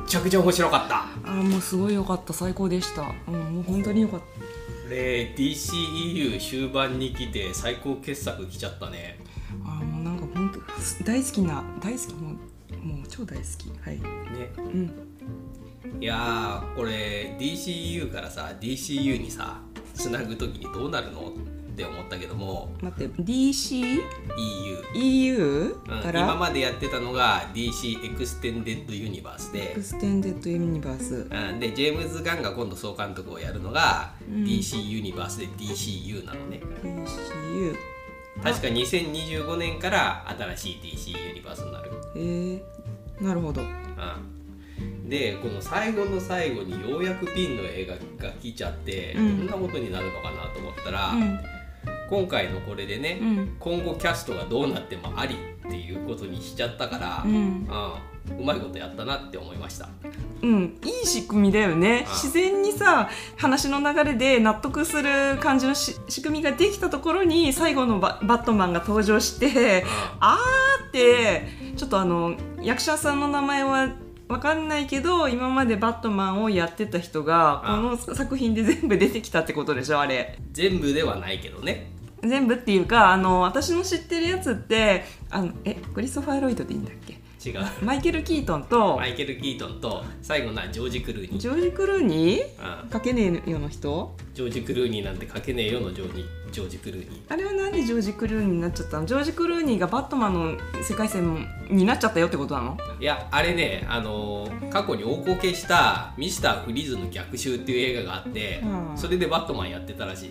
ちゃくちゃ面白かった。 もうすごい良かった、最高でした。もう本当に良かった。 DCEU 終盤に来て最高傑作来ちゃったね。 もうなんか本当大好きもう超大好き。はいね。 いやー、これ DCEU からさ DCU にさつなぐときにどうなるのって思ったけども、 待って DCEU から、 今までやってたのが DC エクステンデッドユニバースで、 エクステンデッドユニバース、 でジェームズ・ガンが今度総監督をやるのが、DC ユニバースで DCU なのね。 DCU 確か2025年から新しい DC ユニバースになる。 なるほど。 でこの最後の最後にようやくピンの映画が来ちゃって、どんなことになるのかなと思ったら、今回のこれでね、今後キャストがどうなってもありっていうことにしちゃったから、うまいことやったなって思いました。 いい仕組みだよね。自然にさ、話の流れで納得する感じの仕組みができたところに最後のバットマンが登場して、ってちょっと役者さんの名前はわかんないけど、今までバットマンをやってた人がこの作品で全部出てきたってことでしょ。あれ全部ではないけどね。 全部っていうか、私の知ってるやつってクリストファー・ロイドでいいんだっけ。 違う、 マイケル・キートンと最後ジョージ・クルーニー。 ジョージ・クルーニー、かけねえよの人。 ジョージ・クルーニーなんてかけねえよのジョージ・クルーニー。 あれはなんでジョージ・クルーニーになっちゃったの。ジョージ・クルーニーがバットマンの世界線になっちゃったよってことなの。 いや、あれね、過去に大こけしたミスター・フリーズの逆襲っていう映画があって、それでバットマンやってたらしい。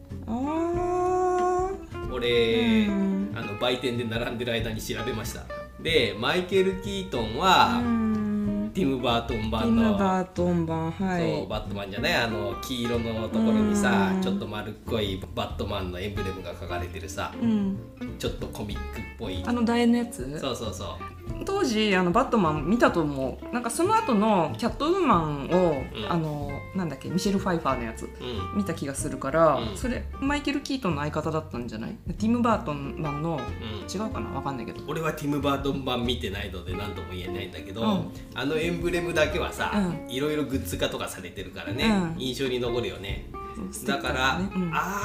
俺、売店で並んでる間に調べました。でマイケル・キートンはティム・バートン版の、 そうバットマンじゃない、黄色のところにさ、ちょっと丸っこいバットマンのエンブレムが書かれてるさ、ちょっとコミックっぽい楕円のやつ。 そう当時バットマン見たと思う。なんかその後のキャットウーマンを、なんだっけ、ミシェル・ファイファーのやつ、見た気がするから、それマイケル・キートンの相方だったんじゃない。ティム・バートン版の、違うかな、分かんないけど。 俺はティム・バートン版見てないので何とも言えないんだけど、エンブレムだけはさ、いろいろグッズ化とかされてるからね、印象に残るよね。だから、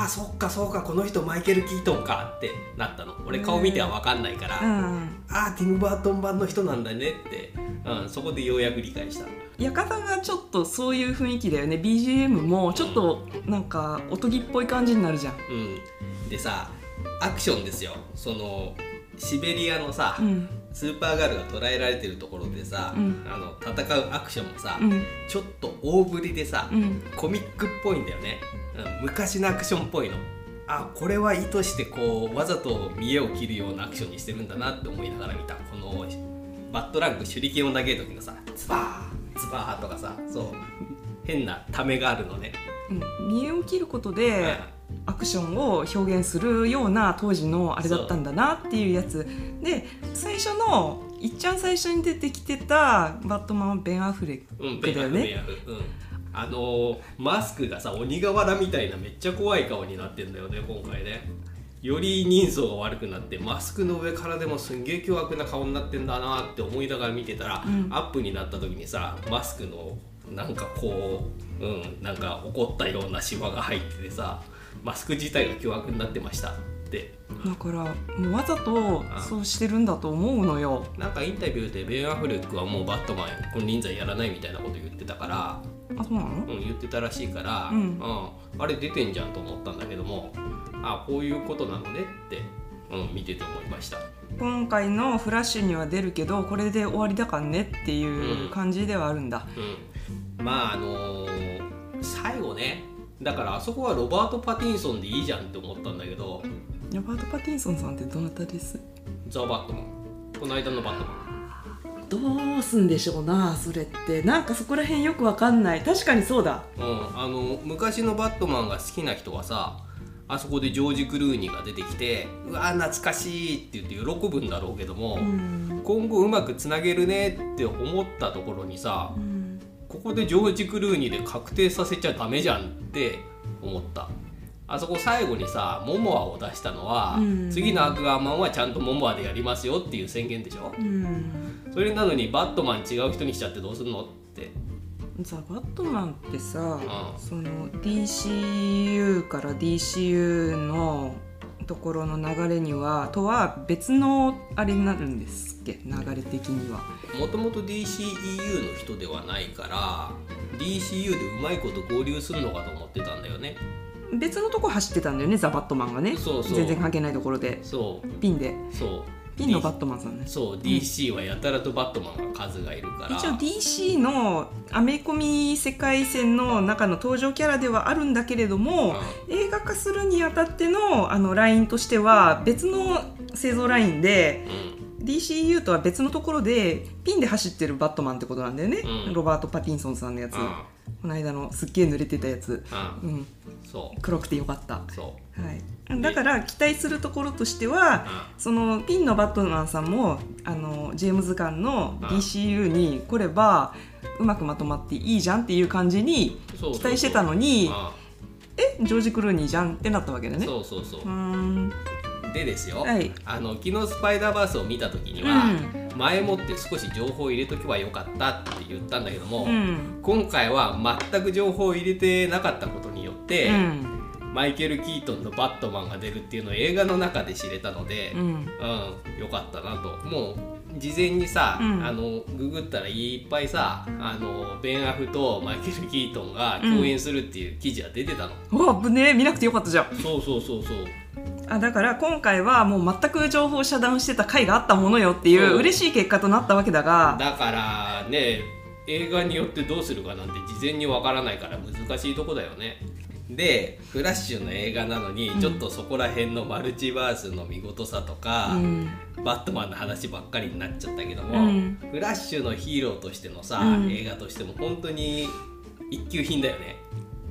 そっかこの人マイケル・キートンかってなったの。俺顔見ては分かんないから、ティム・バートン版の人なんだねって、そこでようやく理解した。 館がちょっとそういう雰囲気だよね。 BGM もちょっとなんかおとぎっぽい感じになるじゃん。 でさ、アクションですよ。そのシベリアのさ、スーパーガールが捕らえられてるところでさ、戦うアクションもさ、ちょっと大振りでさ、コミックっぽいんだよね。昔のアクションっぽいの。これは意図してこうわざと見栄を切るようなアクションにしてるんだなって思いながら見た。このバットランク手裏剣を投げる時のさ、ズバーとかさ、そう変なためがあるのね。 見栄を切ることで、アクションを表現するような当時のあれだったんだなっていうやつで、最初のいっちゃん最初に出てきてたバットマンはベン・アフレックだよね。 マスクがさ、鬼瓦みたいなめっちゃ怖い顔になってんだよね今回ね。より人相が悪くなって、マスクの上からでもすんげえ凶悪な顔になってんだなって思いながら見てたら、アップになった時にさ、マスクのなんかこう、なんか怒ったようなシワが入っててさ、マスク自体が凶悪になってましたって。 だからもうわざとそうしてるんだと思うのよ。 なんかインタビューでベン・アフレックはもうバットマン金輪際やらないみたいなこと言ってたから、 そうなの？ 言ってたらしいから、あれ出てんじゃんと思ったんだけども、こういうことなのねって、見てて思いました。 今回のフラッシュには出るけどこれで終わりだからねっていう感じではあるんだ。 最後ね、だからあそこはロバート・パティンソンでいいじゃんって思ったんだけど。 ロバート・パティンソンさんってどなたです？ ザ・バットマン、この間のバットマン。 どうすんでしょうな、それって。なんかそこら辺よくわかんない。確かにそうだ。 昔のバットマンが好きな人はさ、あそこでジョージ・クルーニーが出てきて、うわ懐かしいって言って喜ぶんだろうけども、今後うまくつなげるねって思ったところにさ、ここでジョージ・クルーニーで確定させちゃダメじゃんって思った。 あそこ最後にさモモアを出したのは、次のアクアマンはちゃんとモモアでやりますよっていう宣言でしょ、それなのにバットマン違う人にしちゃってどうするのって。 ザ・バットマンってさ、その DCU から DCU のところの流れには別のあれになるんですっけ、流れ的には。 もともと DCEU の人ではないから DCU でうまいこと合流するのかと思ってたんだよね。 別のとこ走ってたんだよね、ザ・バットマンがね。 そう全然関係ないところで、ピンで。ピンのバットマンさんね。 DC はやたらとバットマンが数がいるから、 一応 DC のアメコミ世界線の中の登場キャラではあるんだけれども、映画化するにあたってのラインとしては別の製造ラインで、DCU とは別のところでピンで走ってるバットマンってことなんだよね、ロバート・パティンソンさんのやつ、この間のすっげえ濡れてたやつ、黒くてよかった。だから期待するところとしては、そのピンのバットマンさんもジェームズ・ガンの DCU に来ればうまくまとまっていいじゃんっていう感じに期待してたのに、ジョージ・クルーニーじゃんってなったわけだね。 でですよ、昨日スパイダーバースを見た時には、前もって少し情報を入れとけばよかったって言ったんだけども、今回は全く情報を入れてなかったことによって、マイケル・キートンのバットマンが出るっていうのを映画の中で知れたので、よかったなと。もう事前にさ、ググったらいっぱいさ、ベン・アフとマイケル・キートンが共演するっていう記事は出てたの。 危ねえ、見なくてよかったじゃん。 そうだから今回はもう全く情報遮断してた回があったものよっていう嬉しい結果となったわけだが、 だからね、映画によってどうするかなんて事前にわからないから難しいとこだよね。でフラッシュの映画なのに、ちょっとそこら辺のマルチバースの見事さとか、バットマンの話ばっかりになっちゃったけども、フラッシュのヒーローとしてのさ、映画としても本当に一級品だよね。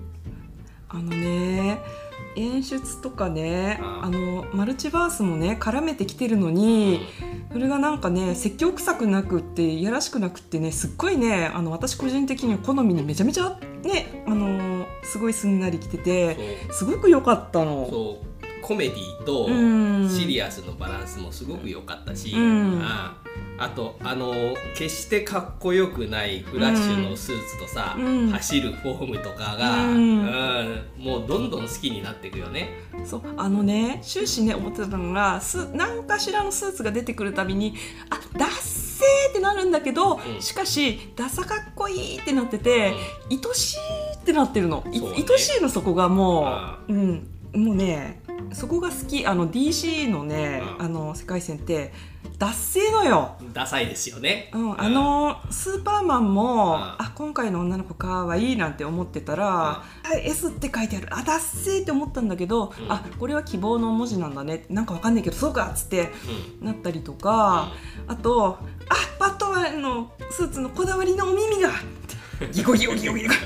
演出とかね、マルチバースもね絡めてきてるのに、それがなんかね説教臭くなくっていやらしくなくってね、すっごいね私個人的には好みにめちゃめちゃねすごいすんなりきてて、すごく良かったの。 コメディとシリアスのバランスもすごく良かったし、あと決してかっこよくないフラッシュのスーツとさ、走るフォームとかが、もうどんどん好きになっていくよね。 終始ね思ってたのが、何かしらのスーツが出てくるたびにダッセーってなるんだけど、しかしダサかっこいいってなってて、愛しいってなってるの。愛しいのそこがもう、もうねそこが好き。DC のね、世界線ってダッセーのよ。 ダサいですよね。 スーパーマンも、今回の女の子かわいいなんて思ってたら、S って書いてある、ダッセーって思ったんだけど、これは希望の文字なんだね、なんかわかんないけどそうかっつってなったりとか、あとバットマンのスーツのこだわりのお耳がギコギコギコギコ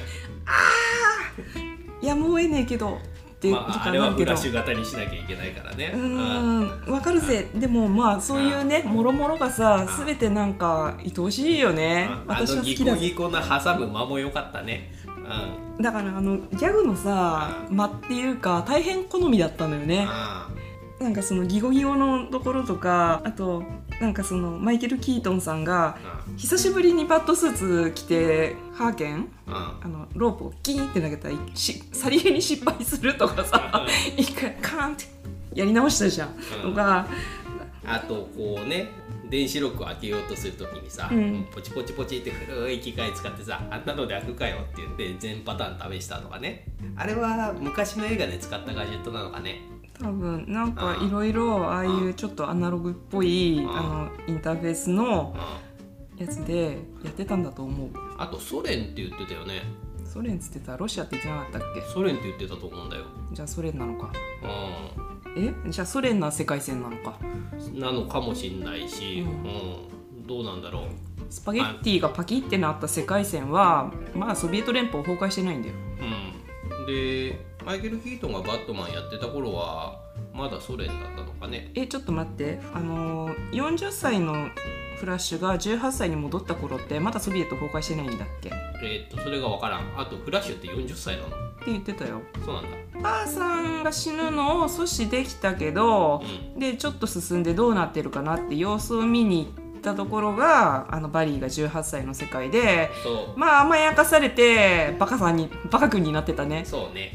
やむを得ねえけどあれはフラッシュ型にしなきゃいけないからね。 わかるぜ。でもそういうねもろもろがさ、全てなんか愛おしいよね。私は好きだ。 ギコギコな挟む間も良かったね。 だからギャグのさ間っていうか大変好みだったのよね。なんかそのギコギコのところとか、あとなんかそのマイケル・キートンさんが久しぶりにバットスーツ着てハーケン、ロープをキーンって投げたらさりげに失敗するとかさ一回カーンってやり直したじゃん、とか、 あとこうね電子ロックを開けようとするときにさ、ポチポチポチって古い機械使ってさ、あんなので開くかよって言って全パターン試したとかね。あれは昔の映画で使ったガジェットなのかね。 多分なんかいろいろああいうちょっとアナログっぽいインターフェースのやつでやってたんだと思う。 あとソ連って言ってたよね。 ソ連っつってた？ロシアって言ってなかったっけ？ ソ連って言ってたと思うんだよ。 じゃあソ連なのか。じゃあソ連な世界線なのか。 なのかもしんないし、どうなんだろう。 スパゲッティがパキってなった世界線はまだソビエト連邦崩壊してないんだよ。 でマイケル・キートンがバットマンやってた頃はまだソ連だったのかね。 ちょっと待って、40歳のフラッシュが18歳に戻った頃ってまだソビエト崩壊してないんだっけ？ それが分からん。あとフラッシュって40歳なの？ って言ってたよ。 そうなんだ。 お母さんが死ぬのを阻止できたけど、でちょっと進んでどうなってるかなって様子を見に行ったところがバリーが18歳の世界で、まあ甘やかされてバカ君になってたね。 そうね、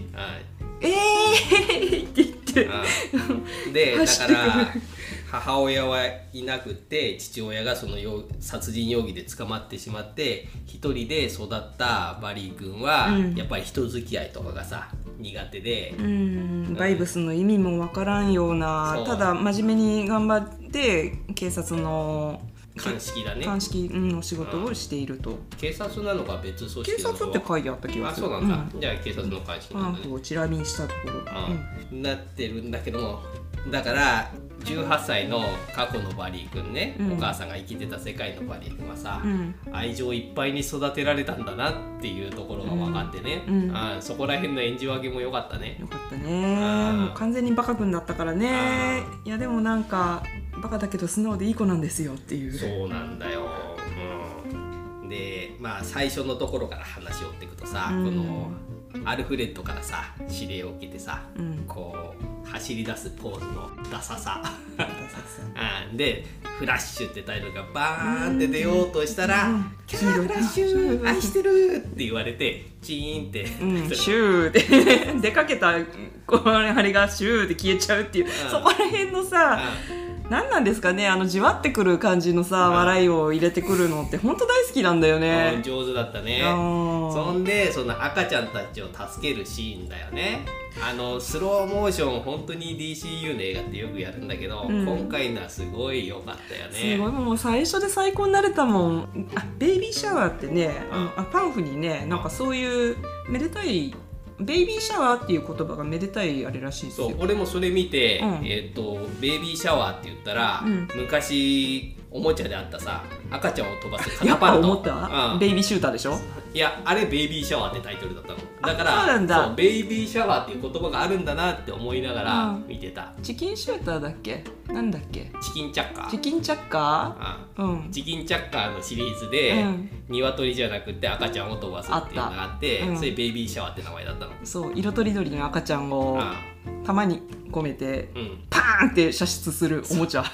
って言ってでだから母親はいなくて父親がその殺人容疑で捕まってしまって、一人で育ったバリー君は、やっぱり人付き合いとかがさ苦手で、 バイブスの意味もわからんような、ただ真面目に頑張って警察の鑑識だね、 鑑識の仕事をしていると。 警察なのか別組織警察って書いてあった気がする。 そうなんだ、じゃあ警察の鑑識なんだね。 チラ見したところ、 なってるんだけども、だから18歳の過去のバリー君ね、お母さんが生きてた世界のバリー君はさ、愛情いっぱいに育てられたんだなっていうところが分かってね、そこら辺の演じ分けも良かったね。 よかったね。もう完全にバカ君だったからね。いやでもなんかバカだけど素直でいい子なんですよっていう。 そうなんだよ、でまあ最初のところから話を追っていくとさ、このアルフレッドからさ指令を受けてさ、こう走り出すポーズのダサさでフラッシュってタイトルがバーンって出ようとしたら、キャーフラッシュ愛してるって言われてチーンって、 シューって出かけたあれがシューって消えちゃうっていう、そこら辺のさ、何なんですかね、じわってくる感じのさ、笑いを入れてくるのって本当大好きなんだよね。 上手だったね。そんでその赤ちゃんたちを助けるシーンだよね。スローモーション本当に DCU の映画ってよくやるんだけど、今回のはすごい良かったよね。 すごい、もう最初で最高になれたもん。ベイビーシャワーってね、パンフにね、なんかそういうめでたいベイビーシャワーっていう言葉がめでたいあれらしいですよ。 そう、俺もそれ見て、ベイビーシャワーって言ったら、昔おもちゃであったさ、赤ちゃんを飛ばすカタパルト。 やっぱ思った、ベイビーシューターでしょ。 いや、あれベイビーシャワーってタイトルだったの。だかそうなんだ。 らベイビーシャワーっていう言葉があるんだなって思いながら見てた。 チキンシューターだっけ、なんだっけ、 チキンチャッカー。 チキンチャッカー、 チキンチャッカーのシリーズで、鶏じゃなくて赤ちゃんを飛ばすっていうのがあって、それベイビーシャワーって名前だったの。 そう、色とりどりの赤ちゃんを玉に込めて、パーンって射出するおもちゃ。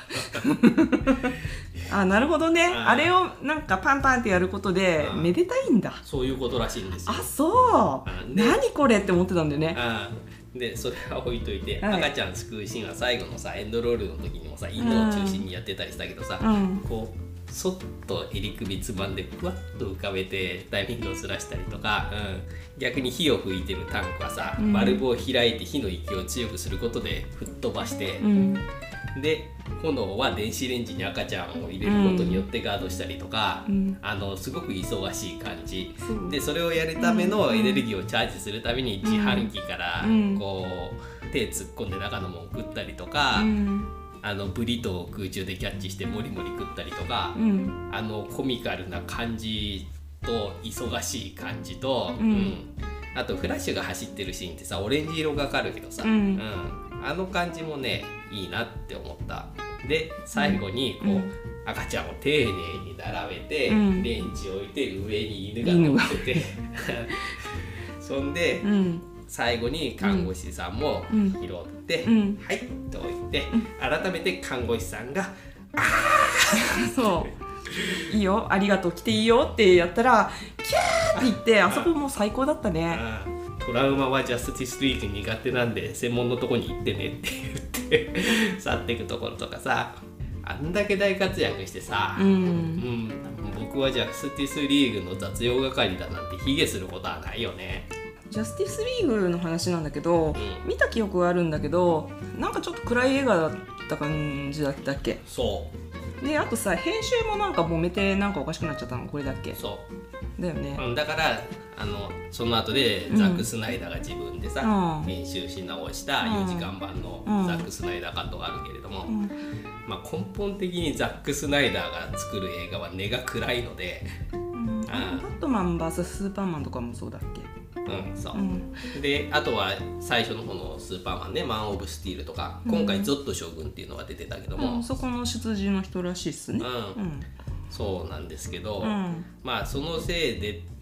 なるほどね。あれをなんかパンパンってやることでめでたいんだ。 そういうことらしいんですよ。 そう。何これって思ってたんだよね。 でそれは置いといて、赤ちゃん救うシーンは最後のさエンドロールの時にもさ、犬を中心にやってたりしたけどさ、こうそっと襟首つまんでふわっと浮かべてタイミングをずらしたりとか、逆に火を吹いてるタンクはさ、バルブを開いて火の勢いを強くすることで吹っ飛ばして、で炎は電子レンジに赤ちゃんを入れることによってガードしたりとか、すごく忙しい感じで、それをやるためのエネルギーをチャージするために自販機からこう手突っ込んで中のものを食ったりとか、ブリトーを空中でキャッチしてモリモリ食ったりとか、コミカルな感じと忙しい感じと、あとフラッシュが走ってるシーンってさオレンジ色がかるけどさ、あの感じもねいいなって思った。で最後にこう、赤ちゃんを丁寧に並べて、レンチを置いて上に犬が乗っててそんで、最後に看護師さんも拾って、はいと置いて、改めて看護師さんがそういいよありがとう来ていいよってやったらキャーって言って、あそこも最高だったね。 トラウマはジャスティスリーグ苦手なんで専門のとこに行ってねって言って去っていくところとかさ、あんだけ大活躍してさ、僕はジャスティスリーグの雑用係だなんて卑下することはないよね。 ジャスティスリーグの話なんだけど、見た記憶はあるんだけど、なんかちょっと暗い映画だった感じだったっけ。 そうで、あとさ編集もなんか揉めてなんかおかしくなっちゃったのこれだっけ。そうだよね、 だからその後でザック・スナイダーが自分でさ、編集し直した4時間版のザック・スナイダーカットがあるけれども、まあ、根本的にザック・スナイダーが作る映画は根が暗いので、 バットマン VS スーパーマンとかもそうだっけ。 そう、であとは最初の方のスーパーマンね、マン・オブ・スティールとか、今回ゾット将軍っていうのが出てたけども、 そこの出自の人らしいっすね。 そうなんですけど、まあそのせいで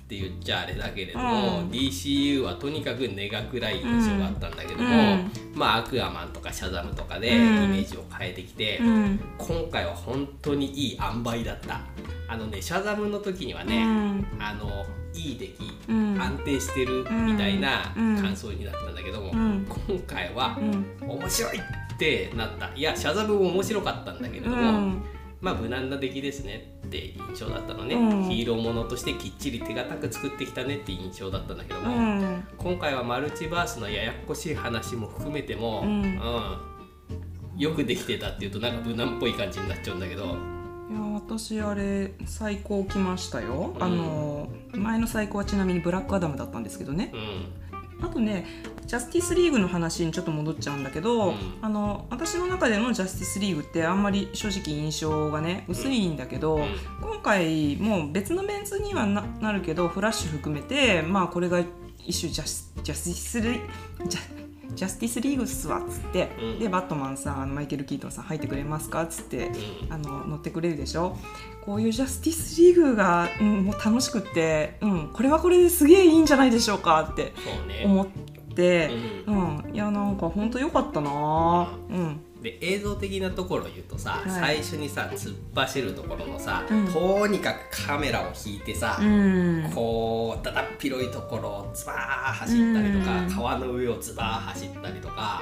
って言っちゃあれだけれども、DCU はとにかく根が暗い印象があったんだけども、まあアクアマンとかシャザムとかでイメージを変えてきて、今回は本当にいい塩梅だった。シャザムの時にはね、いい出来、安定してるみたいな感想になったんだけども、今回は面白いってなった。いやシャザムも面白かったんだけれども、まあ無難な出来ですねって印象だったのね、ヒーローものとしてきっちり手堅く作ってきたねって印象だったんだけども、今回はマルチバースのややこしい話も含めても、よくできてたっていうとなんか無難っぽい感じになっちゃうんだけど、 いや私あれ最高来ましたよ、前の最高はちなみにブラックアダムだったんですけどね、あとねジャスティスリーグの話にちょっと戻っちゃうんだけど、私の中でのジャスティスリーグってあんまり正直印象がね薄いんだけど、今回もう別のメンツには なるけどフラッシュ含めて、まあこれが一種ジャスティスリーグっすわっつって、でバットマンさんマイケル・キートンさん入ってくれますかっつって、乗ってくれるでしょ。こういうジャスティスリーグが、もう楽しくって、これはこれですげえいいんじゃないでしょうかって思って、いやなんか本当良かったな。 で映像的なところを言うとさ、最初にさ突っ走るところのさ、とにかくカメラを引いてさ、こうだだっ広いところをズバー走ったりとか、川の上をズバー走ったりとか、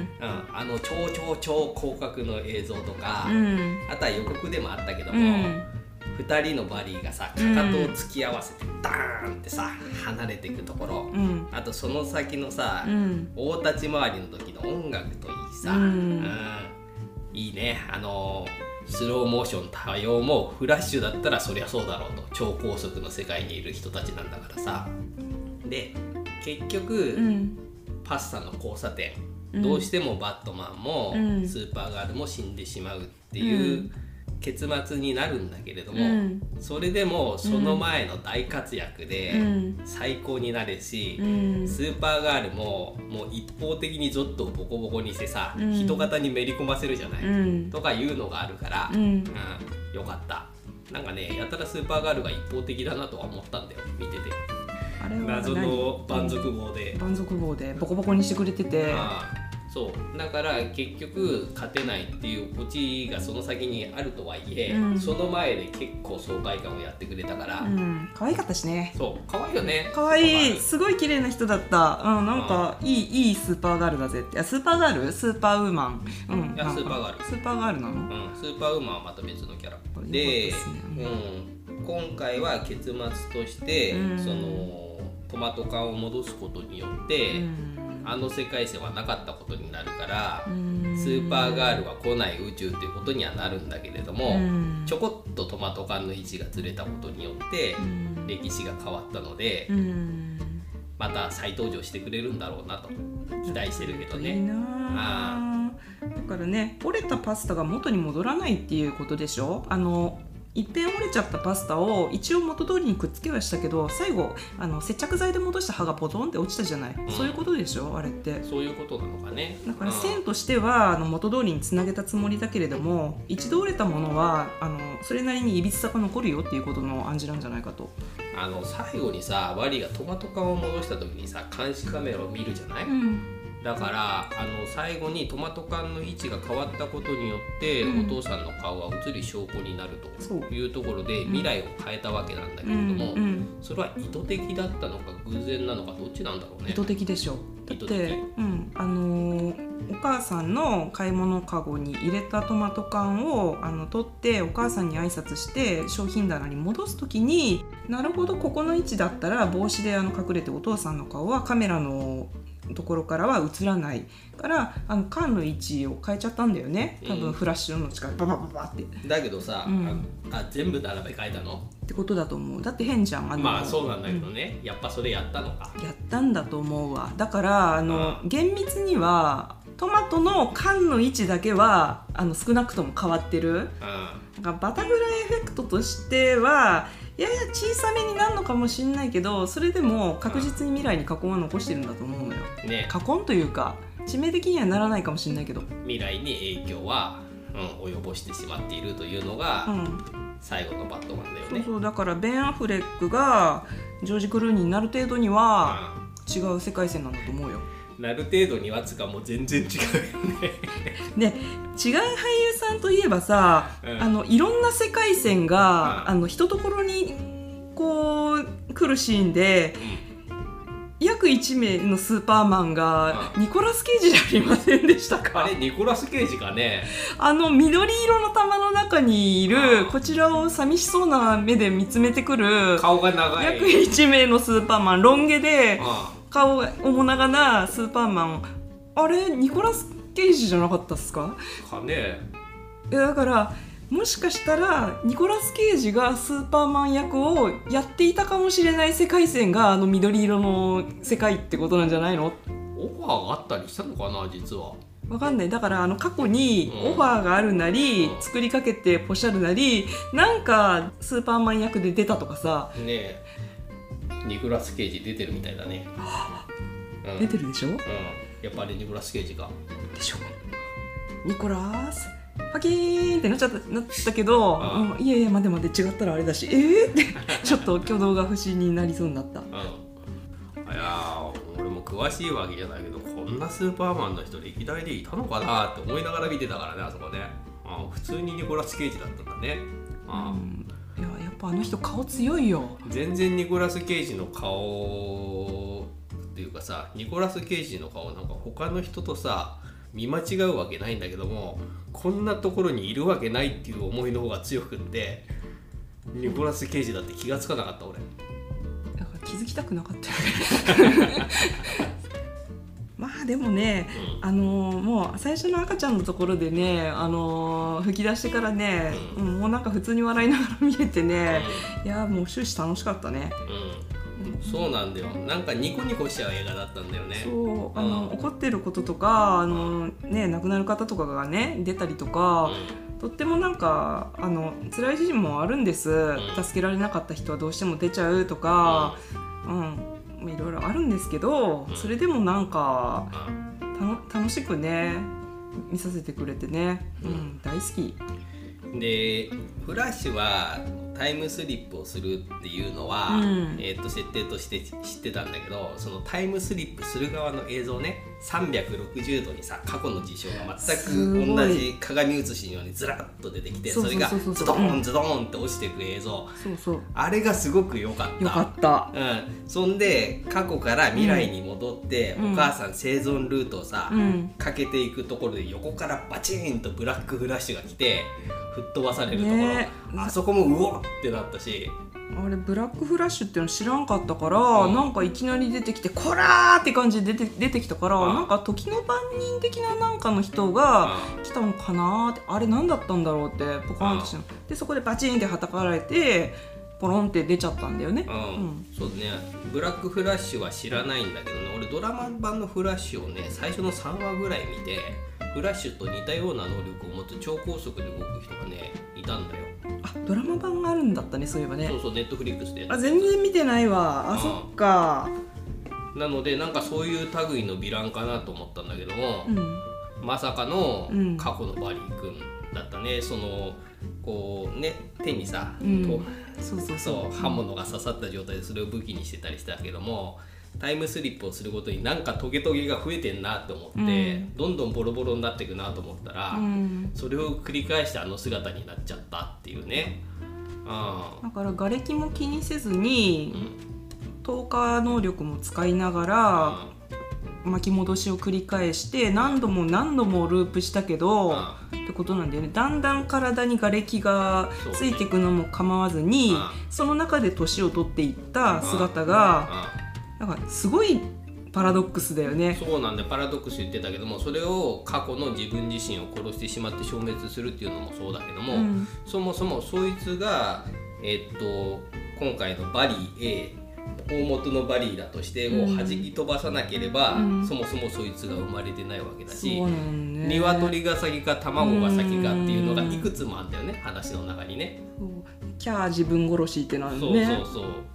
超広角の映像とか、あとは予告でもあったけども、2人のバディがさかかとを突き合わせてダーンってさ離れていくところ、あとその先のさ、大立ち回りの時の音楽といいさ、いいね。スローモーション多様もフラッシュだったらそりゃそうだろうと、超高速の世界にいる人たちなんだからさ。で結局、パスタの交差点、どうしてもバットマンも、スーパーガールも死んでしまうっていう、結末になるんだけれども、それでもその前の大活躍で最高になるし、スーパーガールももう一方的にゾッとをボコボコにしてさ、人型にめり込ませるじゃない、とかいうのがあるから、よかった。なんかねやたらスーパーガールが一方的だなとは思ったんだよ見てて。 あれは謎の蛮族号でボコボコにしてくれてて、 そうだから結局勝てないっていうオチがその先にあるとはいえ、その前で結構爽快感をやってくれたから、 可愛かったしね。 そう可愛いよね。 可愛い、すごい綺麗な人だった。なんかいいスーパーガールだぜって。スーパーガール？スーパーウーマン。 いやスーパーガール。 スーパーガールなの？ スーパーウーマンはまた別のキャラで、今回は結末として、そのトマト缶を戻すことによって、あの世界線はなかったことになるから、スーパーガールは来ない宇宙ということにはなるんだけれども、ちょこっとトマト缶の位置がずれたことによって歴史が変わったので、また再登場してくれるんだろうなと期待してるけどね。 いいな。だからね、折れたパスタが元に戻らないっていうことでしょ。いっぺん折れちゃったパスタを一応元通りにくっつけはしたけど、最後接着剤で戻した刃がポトンって落ちたじゃない、そういうことでしょあれって。 そういうことなのかね。 だから線としては元通りにつなげたつもりだけれども、一度折れたものはそれなりにいびつさが残るよっていうことの暗示なんじゃないかと。 最後にさワリーがトマト缶を戻した時にさ監視カメラを見るじゃない、だから最後にトマト缶の位置が変わったことによって、お父さんの顔が映り証拠になるというところで未来を変えたわけなんだけれども、それは意図的だったのか偶然なのかどっちなんだろうね。 意図的でしょ。だって、お母さんの買い物カゴに入れたトマト缶を取ってお母さんに挨拶して商品棚に戻すときに、なるほどここの位置だったら帽子で隠れてお父さんの顔はカメラのところからは映らないから缶の位置を変えちゃったんだよね。多分フラッシュの力ババババって。 だけどさ、全部並べ替えたのってことだと思う。だって変じゃん。 まあそうなんだけどね、やっぱそれやったのか。 やったんだと思うわ。だから厳密にはトマトの缶の位置だけは少なくとも変わってる。バタフライエフェクトとしてはやや小さめになるのかもしれないけど、それでも確実に未来に禍根は残してるんだと思うのよ。禍根というか致命的にはならないかもしれないけど、 未来に影響は及ぼしてしまっているというのが、最後のバットマンだよね。 そうだからベン・アフレックがジョージ・クルーニーになる程度には違う世界線なんだと思うよ。 なる程度にはつかもう全然違うよでね違う俳優さんといえばさ、いろんな世界線が、一ところにこう来るシーンで、約1名のスーパーマンがニコラス・ケイジじゃありませんでしたか？ あれニコラス・ケイジかね。 緑色の玉の中にいるこちらを寂しそうな目で見つめてくる顔が長い約1名のスーパーマン、ロン毛で顔が面長なスーパーマン、あれニコラス・ケイジじゃなかったっすか？ かね。 だからもしかしたらニコラス・ケイジがスーパーマン役をやっていたかもしれない世界線が緑色の世界ってことなんじゃないの？ オファーがあったりしたのかな実は。 わかんない。だから過去にオファーがあるなり、作りかけてポシャルなり、なんかスーパーマン役で出たとかさ。 ねえ、ニコラス・ケイジ出てるみたいだね。 出てるでしょ？ やっぱりニコラス・ケイジか。 でしょ。ニコラスパキーンってなったけど、いやいや待て違ったらあれだし、ってちょっと挙動が不審になりそうになった。 いや俺も詳しいわけじゃないけど、こんなスーパーマンの人歴代でいたのかなって思いながら見てたからね、あそこね。普通にニコラス・ケイジだったんだね。 いややっぱ人顔強いよ。 全然ニコラス・ケイジの顔っていうかさ、ニコラス・ケイジの顔なんか他の人とさ見間違うわけないんだけども、こんなところにいるわけないっていう思いの方が強くって、ニコラス・ケイジだって気がつかなかった俺。 だから気づきたくなかったよねまあでもね、もう最初の赤ちゃんのところでね、吹き出してからね、もうなんか普通に笑いながら見れてね、いやもう終始楽しかったね。 そうなんだよ。なんかニコニコしちゃう映画だったんだよね。 そう怒ってることとか亡くなる方とかがね出たりとか、とってもなんか辛い事情もあるんです、助けられなかった人はどうしても出ちゃうとか、いろいろあるんですけど、それでもなんか楽しくね見させてくれてね、大好きで、フラッシュはタイムスリップをするっていうのは、設定として知ってたんだけど、そのタイムスリップする側の映像ね、360度にさ過去の事象が全く同じ鏡写しのようにずらっと出てきて、それがズドーンズドーンって落ちていく映像、あれがすごく良かった。そんで過去から未来に戻って、お母さん生存ルートをさ、かけていくところで横からバチーンとブラックフラッシュが来て吹っ飛ばされるところ、あそこもうおっってなったし、 あれブラックフラッシュっていうの知らんかったから、なんかいきなり出てきてこらーって感じで出てきたから、なんか時の番人的ななんかの人が来たのかなーって、あれ何だったんだろうってポカンとして、でそこでバチンってはたかれてポロンって出ちゃったんだよね。 そうね、ブラックフラッシュは知らないんだけどね、俺ドラマ版のフラッシュをね最初の3話ぐらい見て、フラッシュと似たような能力を持つ超高速で動く人がねいたんだよ。 ドラマ版があるんだったね、そういえばね。 そうネットフリックスで。 全然見てないわ。そっか。 なのでなんかそういう類のヴィランかなと思ったんだけども、まさかの過去のバリー君だったね。そのこうね、手にさ、刃物が刺さった状態でそれを武器にしてたりしたけども、タイムスリップをするごとになんかトゲトゲが増えてんなって思って、どんどんボロボロになっていくなと思ったら、それを繰り返して姿になっちゃったっていうね。 だから瓦礫も気にせずに、透過能力も使いながら、巻き戻しを繰り返して何度も何度もループしたけど、ってことなんだよね。だんだん体に瓦礫がついていくのも構わずに、その中で年を取っていった姿が、なんかすごいパラドックスだよね。 そうなんでパラドックス言ってたけども、それを過去の自分自身を殺してしまって消滅するっていうのもそうだけども、そもそもそいつが今回のバリー A、大元のバリーだとしてを弾き飛ばさなければ、そもそもそいつが生まれてないわけだし、鶏が先か卵が先かっていうのがいくつもあるんだよね、話の中にね。 キャー自分殺しってなんね。 そう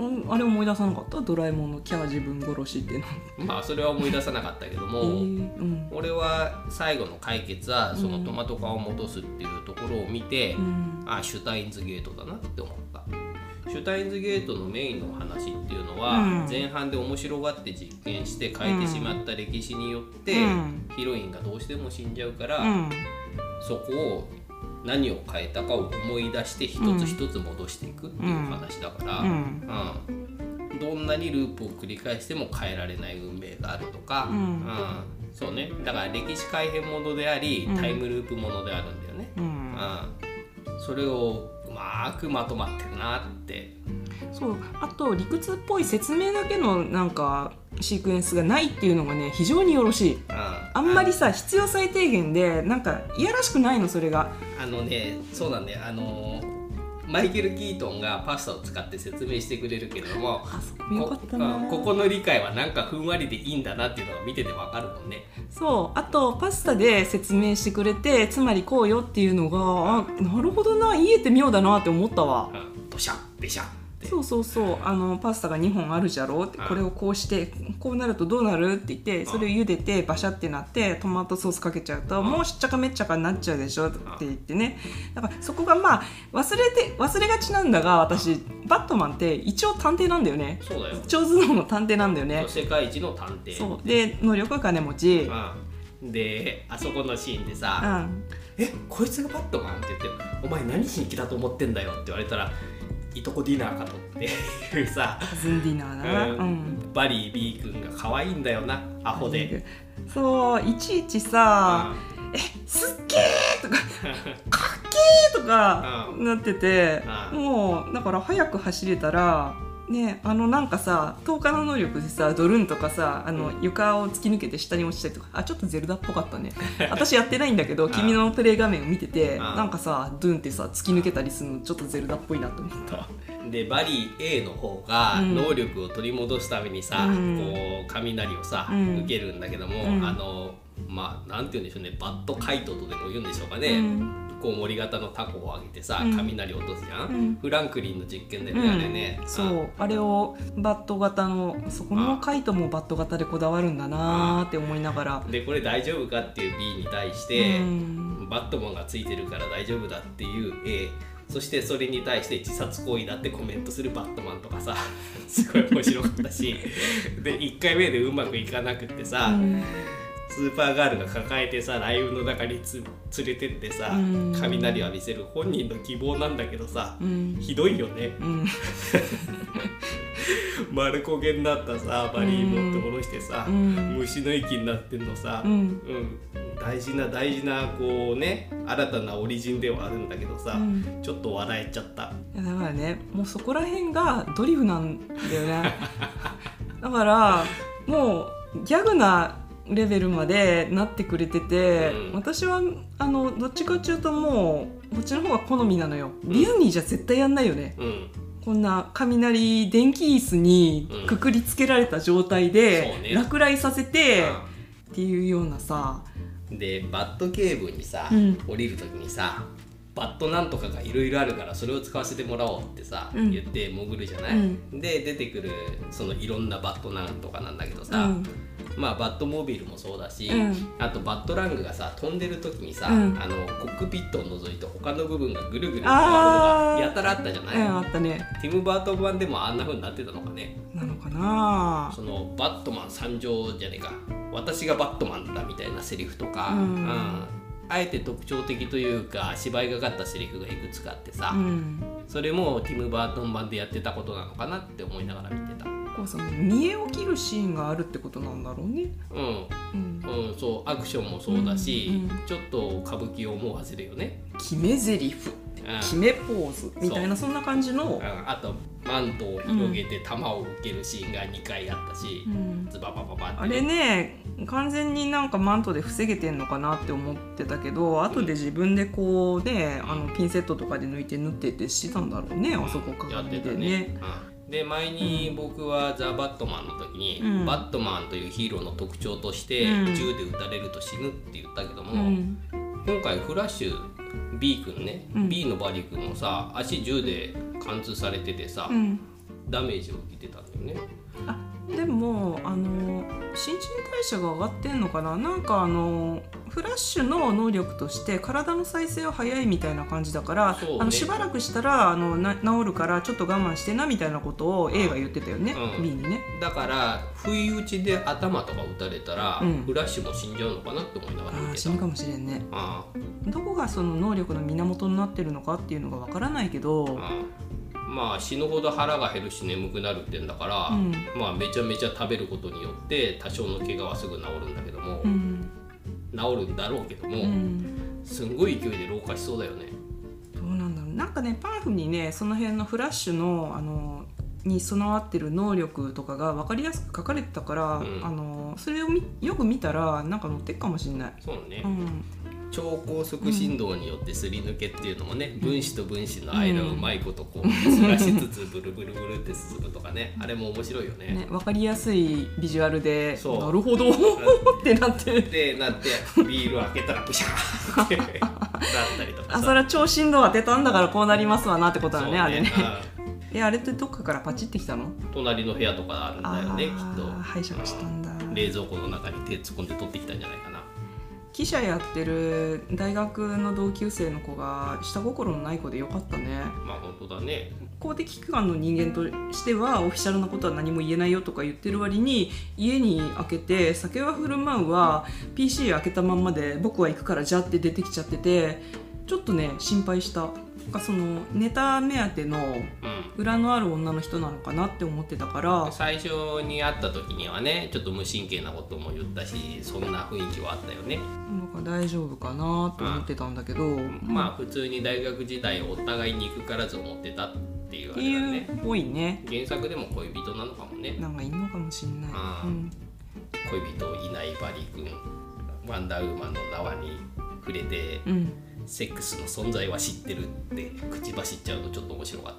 あれ思い出さなかった？ドラえもんのキャー自分殺しっていうの。 まあそれは思い出さなかったけども、俺は最後の解決はそのトマト缶を戻すっていうところを見て、あ、シュタインズゲートだなって思った。シュタインズゲートのメインの話っていうのは、前半で面白がって実験して変えてしまった歴史によって、ヒロインがどうしても死んじゃうから、そこを何を変えたかを思い出して一つ一つ戻していくっていう話だから、どんなにループを繰り返しても変えられない運命があるとか、そうね、だから歴史改変ものであり、タイムループものであるんだよね。それをうまくまとまってるなって。 そう、あと理屈っぽい説明だけのなんかシークエンスがないっていうのがね、非常によろしい。あんまりさ、必要最低限でなんかいやらしくないの、それが。 そうなんだよ。マイケル・キートンがパスタを使って説明してくれるけれども、ここの理解はなんかふんわりでいいんだなっていうのが見ててわかるもんね。 そう、あとパスタで説明してくれて、つまりこうよっていうのが、なるほどな、言えて妙だなって思ったわ。 ドシャッベシャッ。 そうパスタが2本あるじゃろうって、これをこうしてこうなるとどうなるって言って、それを茹でてバシャってなってトマトソースかけちゃうと、もうしっちゃかめっちゃかになっちゃうでしょって言ってね。だからそこがまあ忘れがちなんだが、私バットマンって一応探偵なんだよね。 そうだよ、 超頭脳の探偵なんだよね。 世界一の探偵。 そうで、能力は金持ち、 であそこのシーンでさ、こいつがバットマンって言って、お前何しに来たと思ってんだよって言われたら、いとこディナーかとっていうさ、 カズンディナーだな、 バリー B 君が可愛いんだよな、アホで。 そういちいちさ、すっげーとかかっけーとかなってて、もうだから早く走れたらね、なんかさ、10日の能力でさ、ドルンとかさ、床を突き抜けて下に落ちたりとか、ちょっとゼルダっぽかったね。私やってないんだけど君のプレイ画面を見てて、なんかさ、ドゥンってさ突き抜けたりするのちょっとゼルダっぽいなと思った。 でバリー A の方が能力を取り戻すためにさ、こう雷をさ、受けるんだけども、まあなんて言うんでしょうね、バットカイトとでも言うんでしょうかね。こう森型のタコを上げてさ、雷を落とすじゃん、フランクリンの実験だよね、あれね。 そうあれをバット型の、そこのカイトもバット型でこだわるんだなーって思いながら、 でこれ大丈夫かっていう B に対して、バットマンがついてるから大丈夫だっていう A、そしてそれに対して自殺行為だってコメントするバットマンとかさ、すごい面白かったしで1回目でうまくいかなくってさ、スーパーガールが抱えてさ、雷雲の中に連れてってさ、雷浴びせる本人の希望なんだけどさ、ひどいよね。丸焦げになったさバリー持って下ろしてさ、虫の息になってんのさ、大事なこうね、新たなオリジンではあるんだけどさ、ちょっと笑えちゃった。 いやだからね、もうそこら辺がドリフなんだよね。だからもうギャグなレベルまでなってくれてて、私はどっちかっていうともうこっちの方が好みなのよ。ディズニーじゃ絶対やんないよね。こんな雷電気椅子にくくりつけられた状態で落雷させてっていうようなさ。 でバットケーブにさ、降りる時にさ、バットなんとかがいろいろあるからそれを使わせてもらおうってさ、言って潜るじゃない、で出てくるそのいろんなバットなんとかなんだけどさ、まあバットモービルもそうだし、あとバットラングがさ飛んでる時にさ、コックピットを除いて他の部分がぐるぐる回るのがやたらあったじゃない。 あったね。 ティム・バートン版でもあんな風になってたのかね。 なのかな。 そのバットマン参上じゃねえか、私がバットマンだみたいなセリフとか、あえて特徴的というか芝居がかったセリフがいくつかあってさ、それもティム・バートン版でやってたことなのかなって思いながら見てた。 こうさ、見栄を切るシーンがあるってことなんだろうね。 そうアクションもそうだし、ちょっと歌舞伎を思わせるよね。 決め台詞、決めポーズみたいな、そんな感じの。 あとマントを広げて弾を受けるシーンが2回あったし、ズババババって、 あれね、完全になんかマントで防げてんのかなって思ってたけど、後で自分でこうね、ピンセットとかで抜いて縫ってってしてたんだろうね、あそこ鏡でね。 で前に僕はザ・バットマンの時に、バットマンというヒーローの特徴として、銃で撃たれると死ぬって言ったけども、今回フラッシュ B 君ね、B のバリ君もさ足銃で貫通されててさ、 ダメージを受けてたんだよね。 でも新陳代謝が上がってんのかな。なんかフラッシュの能力として体の再生は早いみたいな感じだから、ね、しばらくしたら治るからちょっと我慢してなみたいなことを A が言ってたよね、B にね。 だから不意打ちで頭とか打たれたら、フラッシュも死んじゃうのかなって思いながら見てた。 死ぬかもしれんね。どこがその能力の源になってるのかっていうのがわからないけど、 まあ死ぬほど腹が減るし眠くなるってんだから、まあめちゃめちゃ食べることによって多少の怪我はすぐ治るんだけども、治るんだろうけども、すんごい勢いで老化しそうだよね。 どうなんだろう。なんかねパンフにねその辺のフラッシュのに備わってる能力とかが分かりやすく書かれてたから、それをよく見たらなんか載ってるかもしれない。 そうね、超高速振動によってすり抜けっていうのもね、分子と分子の間をうまいことこうずらしつつブルブルブルって進むとかね、あれも面白いよね。 分かりやすいビジュアルでなるほどってなってビール開けたらブシャーってなったりとかさ。 それは超振動当てたんだからこうなりますわなってことだね。あれね。あれってどっかからパチってきたの？ 隣の部屋とかあるんだよね、きっと。 拝借したんだ。 冷蔵庫の中に手突っ込んで取ってきたんじゃないかな。 記者やってる大学の同級生の子が下心のない子でよかったね。 まあ本当だね。 公的機関の人間としてはオフィシャルなことは何も言えないよとか言ってる割に家に開けて酒は振る舞うは PC 開けたまんまで僕は行くからじゃって出てきちゃってて、ちょっとね心配した。そのネタ目当ての裏のある女の人なのかなって思ってたから、 最初に会った時にはねちょっと無神経なことも言ったし、そんな雰囲気はあったよね。 なんか大丈夫かなと思ってたんだけど、 まあ普通に大学時代お互い憎からず思ってたっていうあれだね。 っぽいね。 原作でも恋人なのかもね。 なんかいいのかもしんない。 恋人いないバリ君、ワンダーウーマンの縄に触れて、セックスの存在は知ってるって口走っちゃうとちょっと面白かった。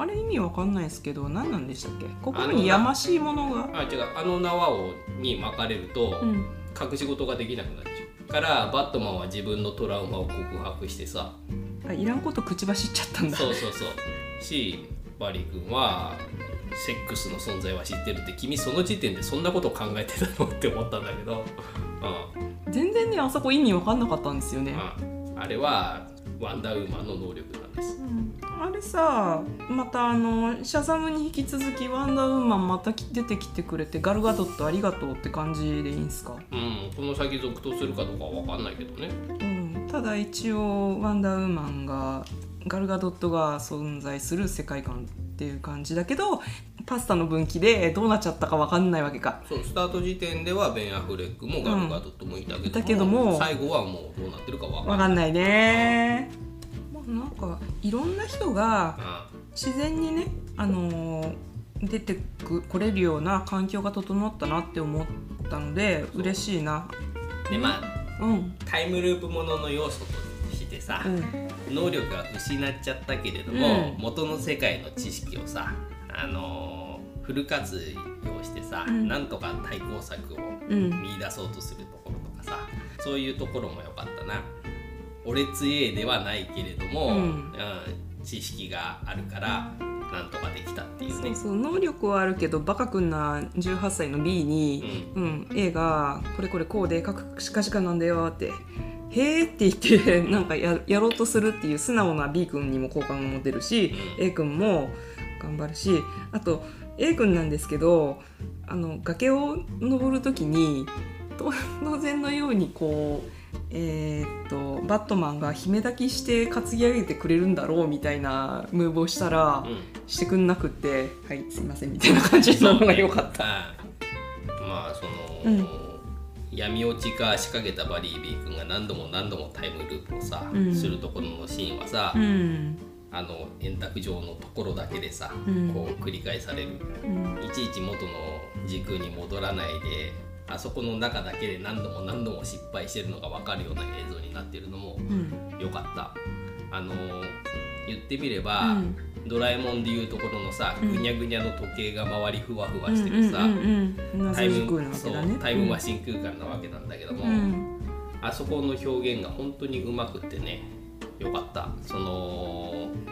あれ意味わかんないですけど何なんでしたっけ。心にやましいものが違う、縄に巻かれると、隠し事ができなくなっちゃうからバットマンは自分のトラウマを告白してさ、 いらんこと口走っちゃったんだ。 そうしバリ君はセックスの存在は知ってるって、君その時点でそんなこと考えてたのって思ったんだけど、 全然ねあそこ意味わかんなかったんですよね。 あれはワンダーウーマンの能力なんです。 あれさ、またシャザムに引き続きワンダーウーマンまた出てきてくれてガルガドットありがとうって感じでいいんすか？ この先続投するかどうかは分かんないけどね。 ただ一応ワンダーウーマンがガルガドットが存在する世界観っていう感じだけど、パスタの分岐でどうなっちゃったか分かんないわけか。 そう、スタート時点ではベン・アフレックもガルガドットもいたけども、最後はもうどうなってるか分かんないね。 なんかいろんな人が自然にね、出てこれるような環境が整ったなって思ったので嬉しいな。 でタイムループものの要素としてさ、能力が失っちゃったけれども、元の世界の知識をさ、フル活用してさ、なんとか対抗策を見出そうとするところとかさ、そういうところも良かったな。俺強えではないけれども、知識があるからなんとかできたっていうね。 そう能力はあるけどバカくんな18歳の B に、A がこれこれこうでシカシカなんだよってへーって言ってなんか やろうとするっていう素直な B 君にも好感を持てるし、A 君も頑張るし、あと A 君なんですけど崖を登る時に当然のようにこうバットマンが姫抱きして担ぎ上げてくれるんだろうみたいなムーブをしたら、してくんなくってはいすいませんみたいな感じなのが良かった。 まあ闇落ちか仕掛けたバリー・ビー君が何度もタイムループをさ、するところのシーンはさ、円卓上のところだけでさ、こう繰り返される、いちいち元の時空に戻らないであそこの中だけで何度も失敗してるのが分かるような映像になってるのも良かった。言ってみれば、ドラえもんでいうところのさ、ぐにゃぐにゃの時計が周りふわふわしてるさ、タイムマシン空間なわけなんだけども、あそこの表現が本当にうまくってね、よかった。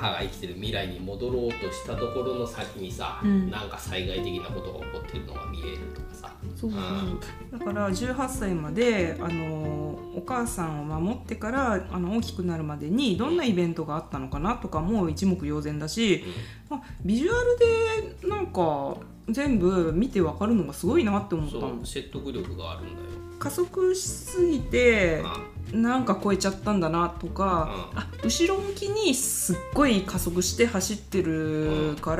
母が生きてる未来に戻ろうとしたところの先にさ、なんか災害的なことが起こってるのが見えるとかさ。 そうそうそう、だから18歳までお母さんを守ってから大きくなるまでにどんなイベントがあったのかなとかも一目瞭然だし、ビジュアルでなんか全部見て分かるのがすごいなって思ったの。 そう、説得力があるんだよ。 加速しすぎてなんか超えちゃったんだなとか、後ろ向きにすっごい加速して走ってるから、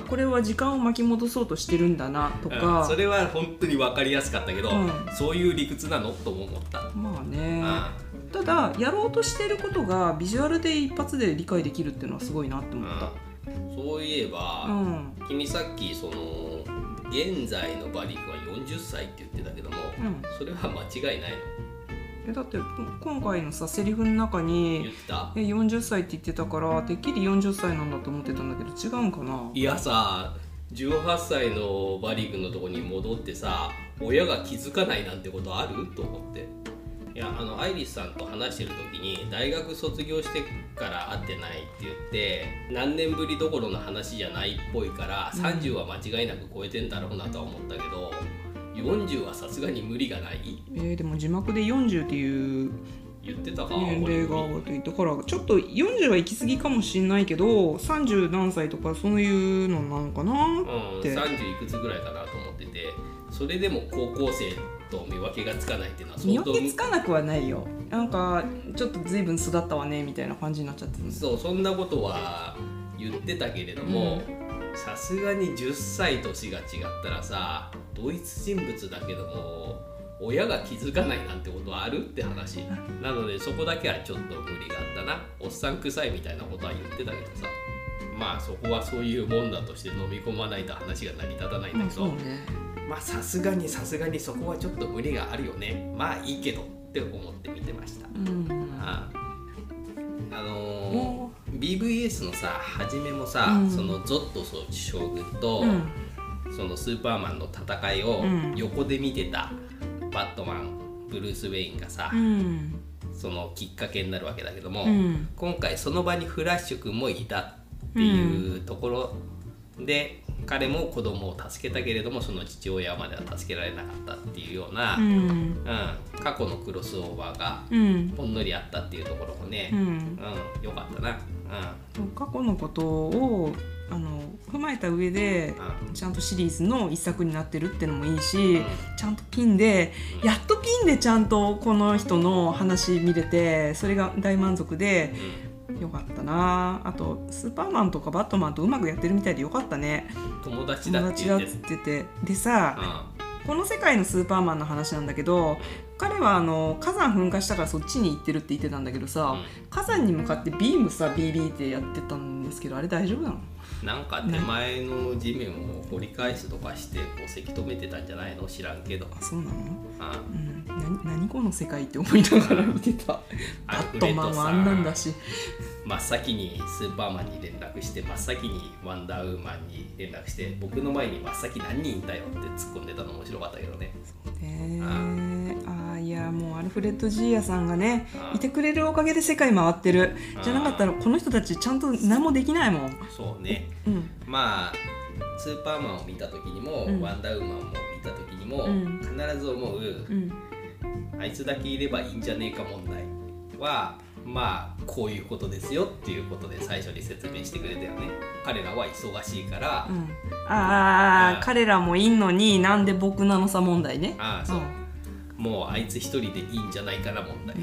これは時間を巻き戻そうとしてるんだなとか、 それは本当に分かりやすかったけど、そういう理屈なのとも思った。 まあね、ただやろうとしてることがビジュアルで一発で理解できるっていうのはすごいなって思った。 そういえば、君さっきその現在のバリックは40歳って言ってたけども、それは間違いないの？ だって今回のさセリフの中に言った 40歳って言ってたから、てっきり40歳なんだと思ってたんだけど違うんかな。 いやさ、18歳のバリー君のとこに戻ってさ、親が気づかないなんてことあると思って。いや、アイリスさんと話してる時に大学卒業してから会ってないって言って何年ぶりどころの話じゃないっぽいから、30は間違いなく超えてんだろうなとは思ったけど、40はさすがに無理がない？ でも字幕で40っていう言ってたか年齢がと言ったから、ちょっと40は行き過ぎかもしれないけど30何歳とかそういうのなのかなって、 30いくつぐらいかなと思ってて、それでも高校生と見分けがつかないっていうのは相当見分けつかなくはないよ。なんかちょっと随分育ったわねみたいな感じになっちゃってる。 そう、そんなことは言ってたけれども、さすがに10歳年が違ったらさ、同一人物だけども親が気づかないなんてことはあるって話なので、そこだけはちょっと無理があったな。おっさん臭いみたいなことは言ってたけどさ、まあそこはそういうもんだとして飲み込まないと話が成り立たないんだけど、まあさすがにそこはちょっと無理があるよね。まあいいけどって思って見てました。BVS のさ初めもさ、そのゾッド将軍と、そのスーパーマンの戦いを横で見てたバットマンブルース・ウェインがさ、そのきっかけになるわけだけども、今回その場にフラッシュ君もいたっていうところで、彼も子供を助けたけれどもその父親までは助けられなかったっていうような、過去のクロスオーバーがほんのりあったっていうところもね、よかったな。 過去のことを踏まえた上でちゃんとシリーズの一作になってるってのもいいし、ちゃんとピンでやっとピンでちゃんとこの人の話見れて、それが大満足でよかったな。あとスーパーマンとかバットマンとうまくやってるみたいでよかったね。 友達だって言ってて、でさ、この世界のスーパーマンの話なんだけど、彼は火山噴火したからそっちに行ってるって言ってたんだけどさ、火山に向かってビームさ BB ってやってたんですけど、あれ大丈夫なの？ なんか手前の地面を掘り返すとかしてこうせき止めてたんじゃないの？知らんけど。 あ、そうなの？何この世界って思いながら見てた。バットマンはあんなんだし、 真っ先にスーパーマンに連絡して、真っ先にワンダーウーマンに連絡して、僕の前に真っ先何人いたよって突っ込んでたの面白かったけどね。 いやもうアルフレッド・ジーヤさんがねいてくれるおかげで世界回ってる。じゃなかったらこの人たちちゃんと何もできないもん。 そうね、まあスーパーマンを見た時にも、ワンダーウーマンも見た時にも、必ず思う、あいつだけいればいいんじゃねえか問題は、まあこういうことですよっていうことで最初に説明してくれたよね。彼らは忙しいから、 彼らもいんのになんで僕なのさ問題ね。 そう、もうあいつ一人でいいんじゃないかな問題、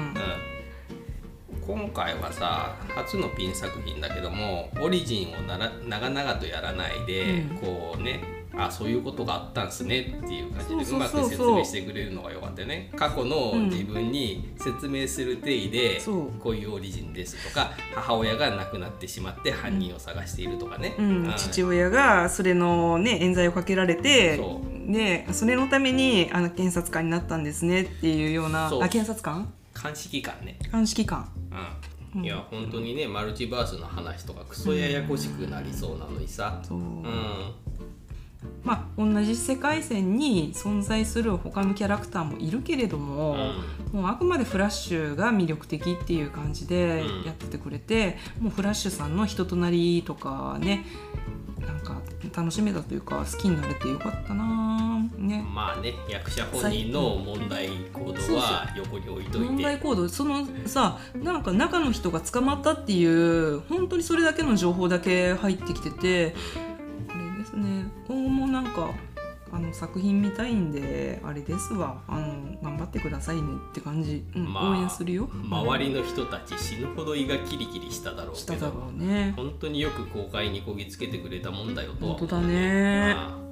今回はさ初のピン作品だけども、オリジンを長々とやらないで、こうね、そういうことがあったんすねっていう感じでうまく説明してくれるのが良かったよね。過去の自分に説明する体で、こういうオリジンですとか、母親が亡くなってしまって犯人を探しているとかね、 父親がそれのね冤罪をかけられて、それのために検察官になったんですねっていうような、検察官？ 鑑識官ね。 鑑識官。 いや本当にね、マルチバースの話とかクソややこしくなりそうなのにさ、 同じ世界線に存在する他のキャラクターもいるけれども、もうあくまでフラッシュが魅力的っていう感じでやっててくれて、もうフラッシュさんの人となりとかね、なんか楽しめたというか好きになれてよかったなね。 役者本人の問題行動は横に置いといて、 問題行動、そのさ、なんか中の人が捕まったっていう本当にそれだけの情報だけ入ってきてて、あれですね、今後もなんか作品見たいんであれですわ、頑張ってくださいねって感じ、応援するよ。 周りの人たち死ぬほど胃がキリキリしただろうけど、 ね、 本当によく公開にこぎつけてくれたもんだよと。 本当だね。